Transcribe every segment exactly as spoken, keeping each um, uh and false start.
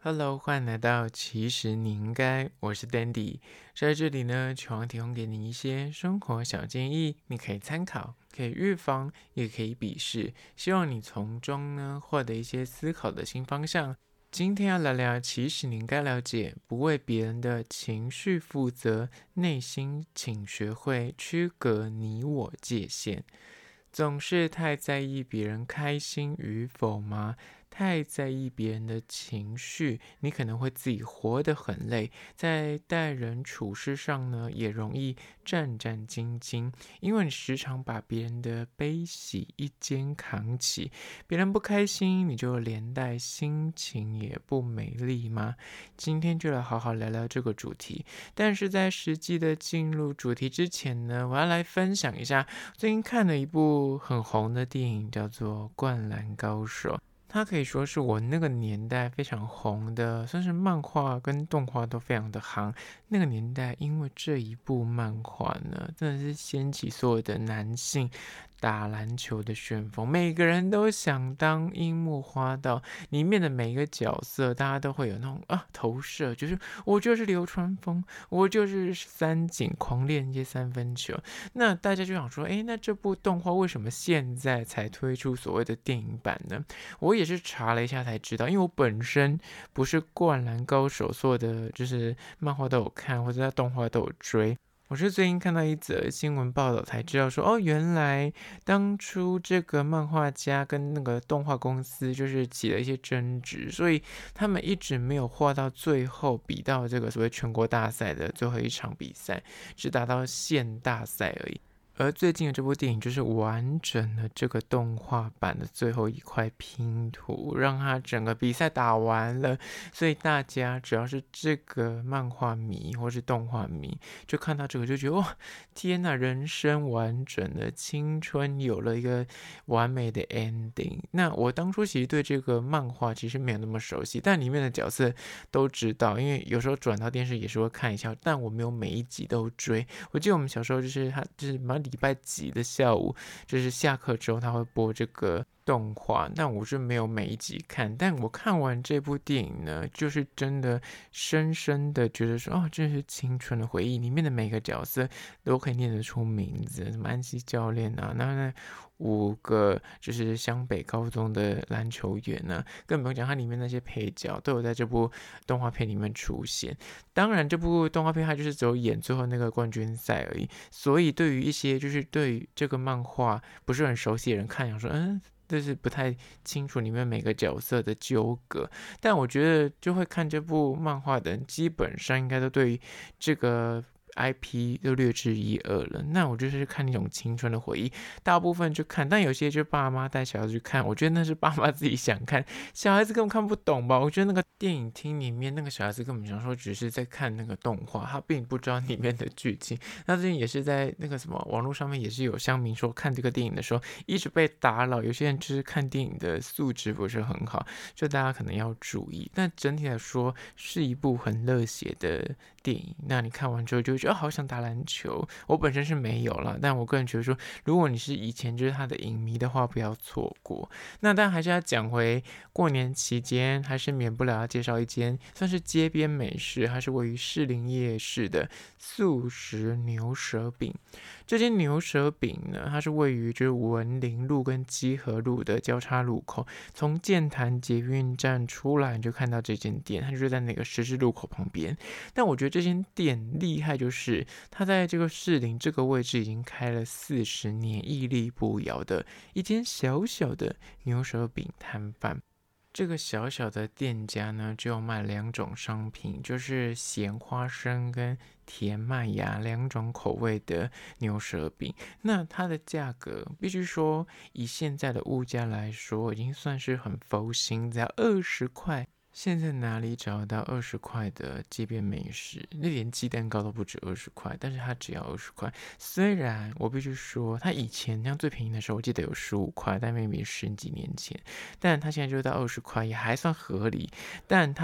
Hello，欢迎来到其实你应该，我是 Dandy，在这里呢，希望提供给你一些生活小建议，你可以参考，可以预防，也可以鄙视，希望你从中呢获得一些思考的新方向。今天要聊聊，其实你应该了解，不为别人的情绪负责，内心请学会区隔你我界限。总是太在意别人开心与否吗？太在意别人的情绪，你可能会自己活得很累，在待人处事上呢，也容易战战兢兢，因为你时常把别人的悲喜一肩扛起，别人不开心，你就连带心情也不美丽吗？今天就来好好聊聊这个主题。但是在实际的进入主题之前呢，我要来分享一下最近看了一部很红的电影，叫做《灌篮高手》。它可以说是我那个年代非常红的，算是漫画跟动画都非常的行。那个年代，因为这一部漫画呢，真的是掀起所有的男性打篮球的旋风，每个人都想当樱木花道。里面的每一个角色，大家都会有那种啊投射，就是我就是流川枫，我就是三井狂练接三分球。那大家就想说，诶，那这部动画为什么现在才推出所谓的电影版呢？我也是查了一下才知道，因为我本身不是《灌篮高手》所有的就是漫画都有看，或者在动画都有追。我是最近看到一则新闻报道才知道说，哦，原来当初这个漫画家跟那个动画公司就是起了一些争执，所以他们一直没有画到最后，比到这个所谓全国大赛的最后一场比赛，只打到县大赛而已。而最近的这部电影就是完整的这个动画版的最后一块拼图，让它整个比赛打完了，所以大家只要是这个漫画迷或是动画迷，就看到这个就觉得哇，天呐，人生完整的青春有了一个完美的 ending。那我当初其实对这个漫画其实没有那么熟悉，但里面的角色都知道，因为有时候转到电视也是会看一下，但我没有每一集都追。我记得我们小时候就是他就是什么礼拜几的下午，就是下课之后他会播这个动画，但我是没有每一集看。但我看完这部电影呢，就是真的深深的觉得说，哦，这是青春的回忆，里面的每个角色都可以念得出名字，什么安西教练啊，那那五个就是湘北高中的篮球员呢、啊，更不用讲，它里面那些配角都有在这部动画片里面出现。当然，这部动画片它就是只有演最后那个冠军赛而已，所以对于一些就是对于这个漫画不是很熟悉的人看，想说嗯。就是不太清楚里面每个角色的纠葛，但我觉得就会看这部漫画的人，基本上应该都对于这个 I P 都略知一二了。那我就是看那种青春的回忆，大部分就看，但有些就爸妈带小孩子去看，我觉得那是爸妈自己想看，小孩子根本看不懂吧？我觉得那个电影厅里面那个小孩子根本想说只是在看那个动画，他并不知道里面的剧情。那最近也是在那个什么网络上面也是有乡民说，看这个电影的时候一直被打扰，有些人就是看电影的素质不是很好，就大家可能要注意。但整体来说是一部很热血的电影，那你看完之后就会觉得、哦、好想打篮球。我本身是没有啦，但我个人觉得说，如果你是以前就是他的影迷的话，不要错过。那但还是要讲回过年期间，还是免不了要介绍一间算是街边美食，它是位于士林夜市的素食牛舌饼。这间牛舌饼呢，它是位于就是文林路跟基河路的交叉路口，从剑潭捷运站出来你就看到这间店，它就是在那个十字路口旁边。但我觉得这间店厉害，就是它在这个士林这个位置已经开了四十年，屹立不摇的一间小小的牛舌饼摊贩。这个小小的店家呢，只有卖两种商品，就是咸花生跟甜麦芽两种口味的牛舌饼。那它的价格必须说，以现在的物价来说，已经算是很佛心，只要二十块。现在哪里找到二十块的街边美食？那连鸡蛋糕都不止二十块，但是它只要二十块。虽然我必须说，它以前像最便宜的时候，我记得有十五块，但 maybe 十几年前，但它现在就到二十块，也还算合理。但它的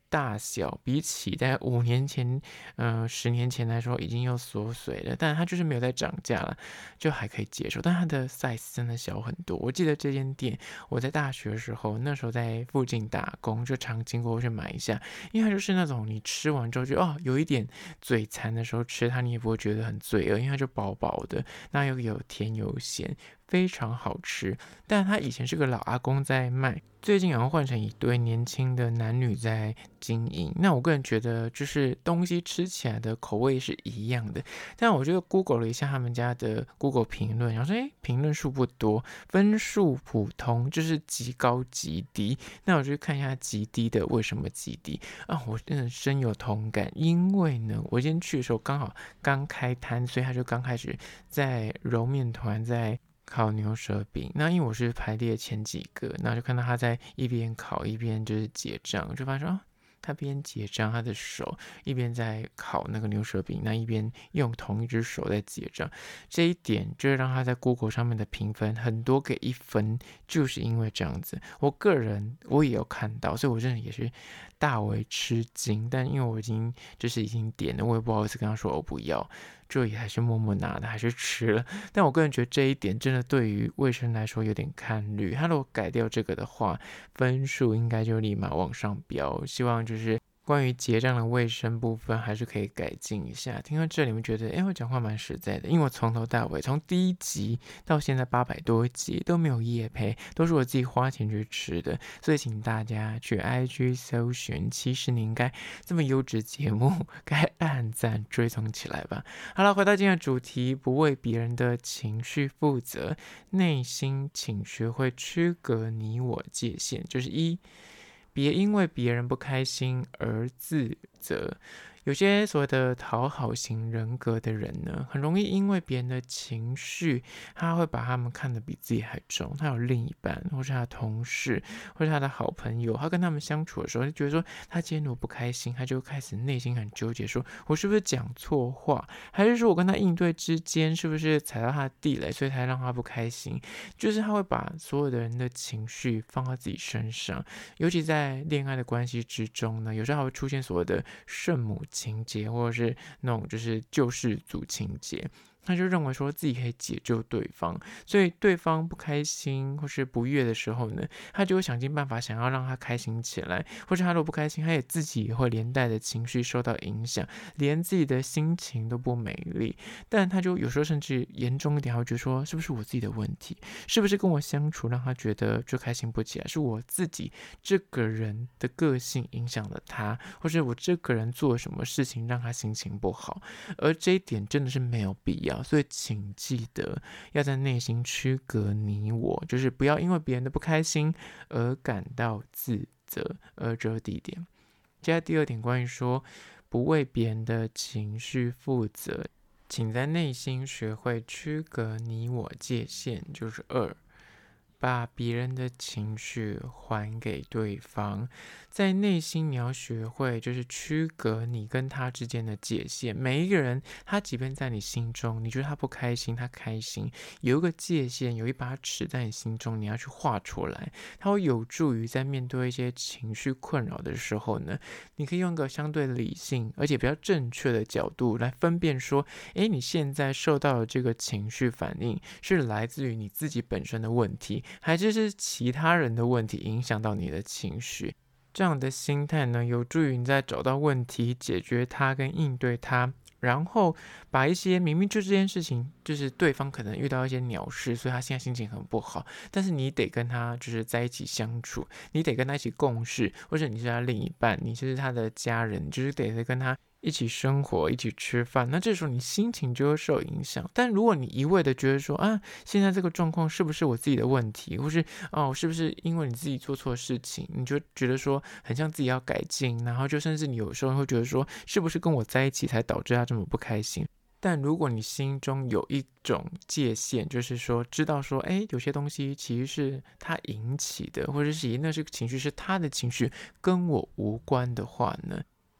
大小比起在五年前、呃十年前来说已经又缩水了，但它就是没有在涨价了，就还可以接受。但它的 size 真的小很多。我记得这间店，我在大学的时候，那时候在附近打工，就常经过去买一下，因为它就是那种你吃完之后就哦有一点嘴馋的时候吃它，你也不会觉得很罪恶，因为它就薄薄的，那又有甜有咸。非常好吃，但他以前是个老阿公在卖，最近好像换成一对年轻的男女在经营。那我个人觉得，就是东西吃起来的口味是一样的，但我就 Google 了一下他们家的 Google 评论，然后说，哎，评论数不多，分数普通，就是极高极低。那我就去看一下极低的为什么极低啊？我真的深有同感，因为呢，我今天去的时候刚好刚开摊，所以他就刚开始在揉面团，在烤牛舌饼。那因为我是排列前几个，那就看到他在一边烤一边就是结账，就发现说哦，他边结账，他的手一边在烤那个牛舌饼，那一边用同一只手在结账。这一点就是让他在 Google 上面的评分很多给一分，就是因为这样子。我个人我也有看到，所以我真的也是大为吃惊。但因为我已经就是已经点了，我也不好意思跟他说我不要。就也还是默默拿的，还是吃了。但我个人觉得这一点真的对于卫生来说有点看虑。他如果改掉这个的话，分数应该就立马往上飙。希望就是关于结账的卫生部分还是可以改进一下。听到这里面觉得，哎，我讲话蛮实在的，因为我从头到尾，从第一集到现在八百多集都没有业配，都是我自己花钱去吃的。所以请大家去 I G 搜寻，其实你应该这么优质节目，该按赞追踪起来吧。好了，回到今天的主题，不为别人的情绪负责，内心请学会区隔你我界限，就是一。别因为别人不开心而自责。有些所谓的讨好型人格的人呢，很容易因为别人的情绪，他会把他们看得比自己还重。他有另一半，或是他的同事，或是他的好朋友，他跟他们相处的时候，就觉得说他今天如果不开心，他就开始内心很纠结说，说我是不是讲错话，还是说我跟他应对之间是不是踩到他的地雷，所以才让他不开心。就是他会把所有的人的情绪放到自己身上，尤其在恋爱的关系之中呢，有时候还会出现所谓的圣母情节，或者是那种就是救世主情节。他就认为说自己可以解救对方，所以对方不开心或是不悦的时候呢，他就会想尽办法想要让他开心起来，或者他如果不开心，他也自己也会连带的情绪受到影响，连自己的心情都不美丽。但他就有时候甚至严重一点，他会觉得说是不是我自己的问题，是不是跟我相处让他觉得就开心不起来，是我自己这个人的个性影响了他，或者我这个人做什么事情让他心情不好，而这一点真的是没有必要。所以请记得要在内心区隔你我，就是不要因为别人的不开心而感到自责。而这是第一点。接下来第二点，关于说不为别人的情绪负责，请在内心学会区隔你我界限，就是二。把别人的情绪还给对方，在内心你要学会就是区隔你跟他之间的界限。每一个人他即便在你心中你觉得他不开心他开心，有一个界限，有一把尺在你心中，你要去画出来，它会有助于在面对一些情绪困扰的时候呢，你可以用一个相对理性而且比较正确的角度来分辨说，诶，你现在受到的这个情绪反应是来自于你自己本身的问题，还是是其他人的问题影响到你的情绪。这样的心态呢，有助于你在找到问题、解决它跟应对它，然后把一些明明就这件事情，就是对方可能遇到一些鸟事，所以他现在心情很不好，但是你得跟他就是在一起相处，你得跟他一起共事，或者你是他另一半，你是他的家人，你就是得跟他一起生活，一起吃饭，那这时候你心情就会受影响。但如果你一味的觉得说啊，现在这个状况是不是我自己的问题，或是哦，是不是因为你自己做错事情，你就觉得说很像自己要改进，然后就甚至你有时候会觉得说，是不是跟我在一起才导致他这么不开心。但如果你心中有一种界限，就是说知道说，哎，有些东西其实是他引起的，或者是那是情绪是他的情绪，跟我无关的话呢，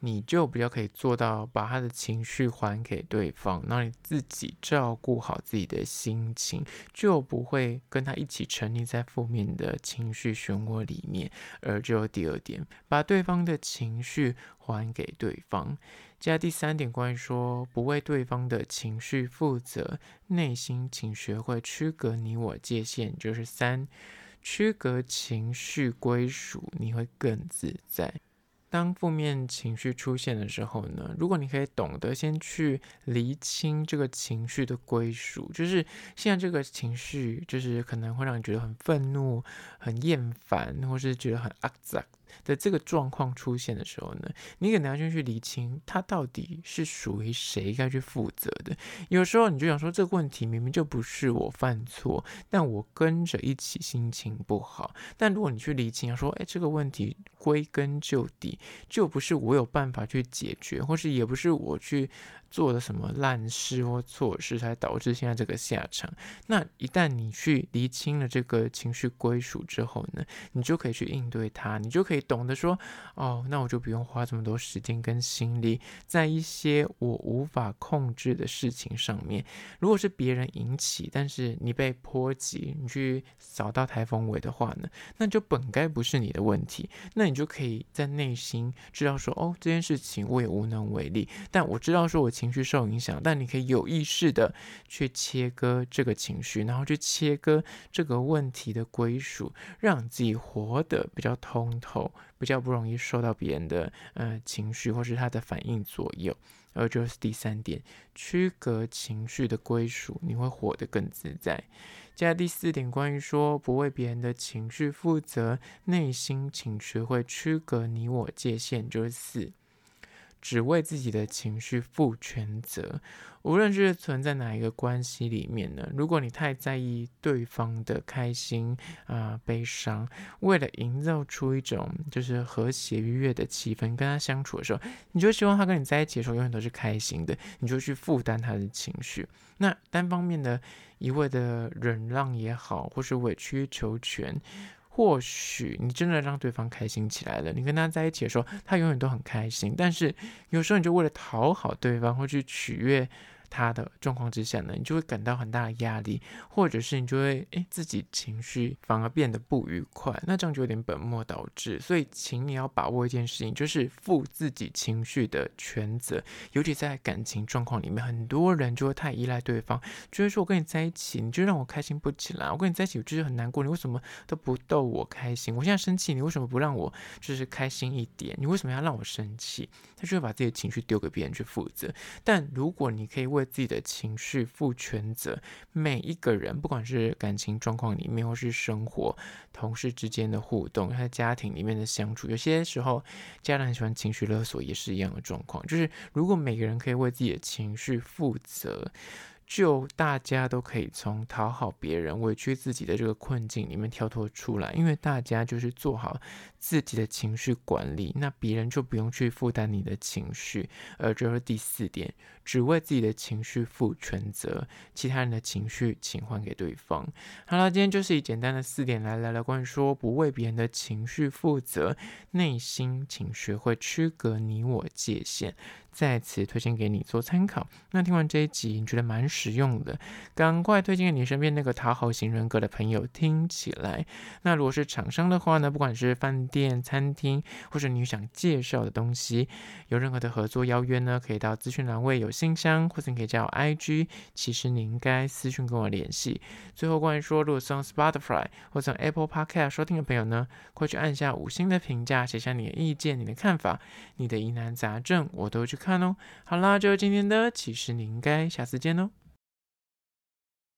你就比较可以做到把他的情绪还给对方，然后你自己照顾好自己的心情，就不会跟他一起沉溺在负面的情绪漩涡里面。而只有第二点，把对方的情绪还给对方。接下来第三点，关于说不为对方的情绪负责，内心请学会区隔你我界限，就是三，区隔情绪归属，你会更自在。当负面情绪出现的时候呢，如果你可以懂得先去厘清这个情绪的归属，就是现在这个情绪就是可能会让你觉得很愤怒、很厌烦，或是觉得很肮脏的这个状况出现的时候呢，你可能要先去厘清它到底是属于谁该去负责的。有时候你就想说，这个问题明明就不是我犯错，但我跟着一起心情不好。但如果你去厘清说，哎，这个问题归根究底就不是我有办法去解决，或是也不是我去做了什么烂事或错事才导致现在这个下场。那一旦你去厘清了这个情绪归属之后呢，你就可以去应对它，你就可以懂得说，哦，那我就不用花这么多时间跟心力在一些我无法控制的事情上面。如果是别人引起，但是你被波及，你去扫到台风尾的话呢，那就本该不是你的问题。那你就可以在内心知道说，哦，这件事情我也无能为力，但我知道说我情绪受影响，但你可以有意识的去切割这个情绪，然后去切割这个问题的归属，让你自己活得比较通透，比较不容易受到别人的呃情绪或是他的反应左右。而就是第三点，区隔情绪的归属，你会活得更自在。接下来第四点，关于说不为别人的情绪负责，内心请学会区隔你我界限，就是四，只为自己的情绪负全责。无论是存在哪一个关系里面呢，如果你太在意对方的开心啊、呃、悲伤，为了营造出一种就是和谐愉悦的气氛，跟他相处的时候，你就希望他跟你在一起的时候永远都是开心的，你就去负担他的情绪。那单方面的一味的忍让也好，或是委曲求全，或许你真的让对方开心起来了，你跟他在一起的时候，他永远都很开心。但是有时候你就为了讨好对方，或去取悦他的状况之下呢，你就会感到很大的压力，或者是你就会诶自己情绪反而变得不愉快，那这样就有点本末倒置。所以请你要把握一件事情，就是负自己情绪的全责。尤其在感情状况里面，很多人就会太依赖对方，就会说我跟你在一起你就让我开心不起来，我跟你在一起我就是很难过，你为什么都不逗我开心，我现在生气你为什么不让我就是开心一点，你为什么要让我生气，他就会把自己的情绪丢给别人去负责。但如果你可以为自己的情绪负全责，每一个人不管是感情状况里面，或是生活同事之间的互动，在家庭里面的相处，有些时候家人很喜欢情绪勒索，也是一样的状况。就是如果每个人可以为自己的情绪负责，就大家都可以从讨好别人、委屈自己的这个困境里面跳脱出来，因为大家就是做好自己的情绪管理，那别人就不用去负担你的情绪。而这是第四点，只为自己的情绪负全责，其他人的情绪请还给对方。好了，今天就是以简单的四点来聊聊关于说不为别人的情绪负责，内心请学会区隔你我界限，在此推荐给你做参考。那听完这一集你觉得蛮实用的，赶快推荐给你身边那个讨好型人格的朋友听起来。那如果是厂商的话呢，不管是饭店、餐厅，或是你想介绍的东西，有任何的合作邀约呢，可以到资讯栏位有信箱，或者你可以加我 I G， 其实你应该私讯跟我联系。最后关于说，如果是用 Spotify 或者 Apple Podcast 收听的朋友呢，快去按下五星的评价，写下你的意见、你的看法、你的疑难杂症，我都会去看哦。好啦，就是今天的，其实你应该，下次见哦。